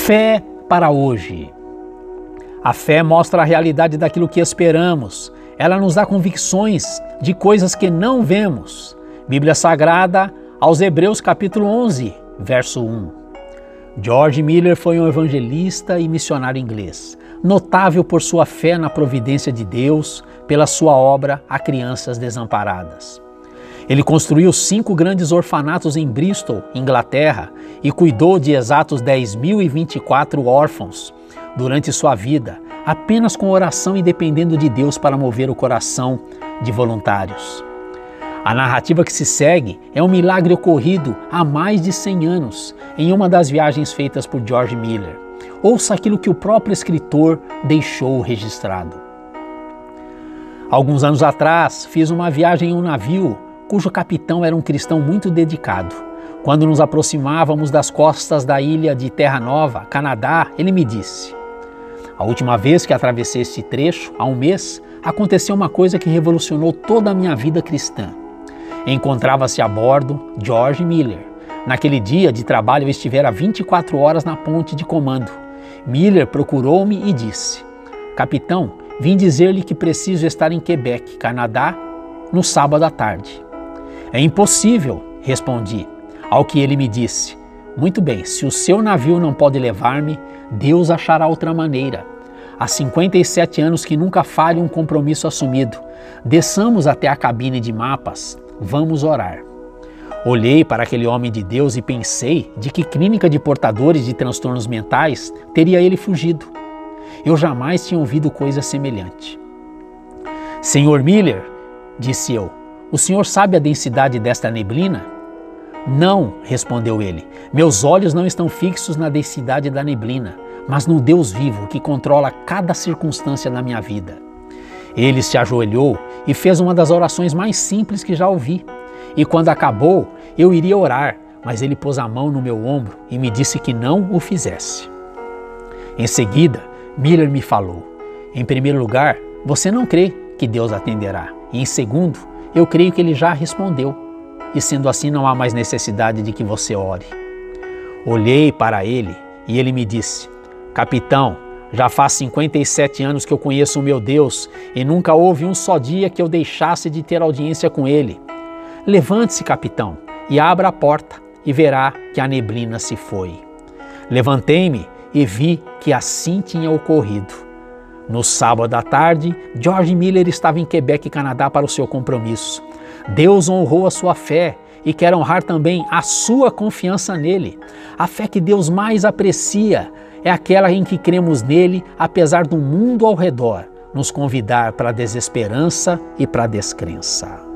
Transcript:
Fé para hoje. A fé mostra a realidade daquilo que esperamos. Ela nos dá convicções de coisas que não vemos. Bíblia Sagrada, aos Hebreus capítulo 11, verso 1. George Miller foi um evangelista e missionário inglês, notável por sua fé na providência de Deus, pela sua obra a crianças desamparadas. Ele construiu 5 grandes orfanatos em Bristol, Inglaterra, e cuidou de exatos 10.024 órfãos durante sua vida, apenas com oração e dependendo de Deus para mover o coração de voluntários. A narrativa que se segue é um milagre ocorrido há mais de 100 anos, em uma das viagens feitas por George Miller. Ouça aquilo que o próprio escritor deixou registrado. Alguns anos atrás, fiz uma viagem em um navio cujo capitão era um cristão muito dedicado. Quando nos aproximávamos das costas da ilha de Terra Nova, Canadá, ele me disse: "A última vez que atravessei este trecho, há um mês, aconteceu uma coisa que revolucionou toda a minha vida cristã. Encontrava-se a bordo George Miller. Naquele dia de trabalho eu estivera 24 horas na ponte de comando. Miller procurou-me e disse: "Capitão, vim dizer-lhe que preciso estar em Quebec, Canadá, no sábado à tarde." "É impossível", respondi, ao que ele me disse: "Muito bem, se o seu navio não pode levar-me, Deus achará outra maneira. Há 57 anos que nunca falha um compromisso assumido. Desçamos até a cabine de mapas, vamos orar." Olhei para aquele homem de Deus e pensei de que clínica de portadores de transtornos mentais teria ele fugido. Eu jamais tinha ouvido coisa semelhante. "Senhor Miller", disse eu, "o senhor sabe a densidade desta neblina?" "Não", respondeu ele, "meus olhos não estão fixos na densidade da neblina, mas no Deus vivo que controla cada circunstância da minha vida." Ele se ajoelhou e fez uma das orações mais simples que já ouvi. E quando acabou, eu iria orar, mas ele pôs a mão no meu ombro e me disse que não o fizesse. Em seguida, Miller me falou: "Em primeiro lugar, você não crê que Deus atenderá. E em segundo, eu creio que ele já respondeu. E sendo assim, não há mais necessidade de que você ore." Olhei para ele e ele me disse: "Capitão, já faz 57 anos que eu conheço o meu Deus e nunca houve um só dia que eu deixasse de ter audiência com ele. Levante-se, capitão, e abra a porta e verá que a neblina se foi." Levantei-me e vi que assim tinha ocorrido. No sábado à tarde, George Miller estava em Quebec, Canadá, para o seu compromisso. Deus honrou a sua fé e quer honrar também a sua confiança nele. A fé que Deus mais aprecia é aquela em que cremos nele, apesar do mundo ao redor nos convidar para a desesperança e para a descrença.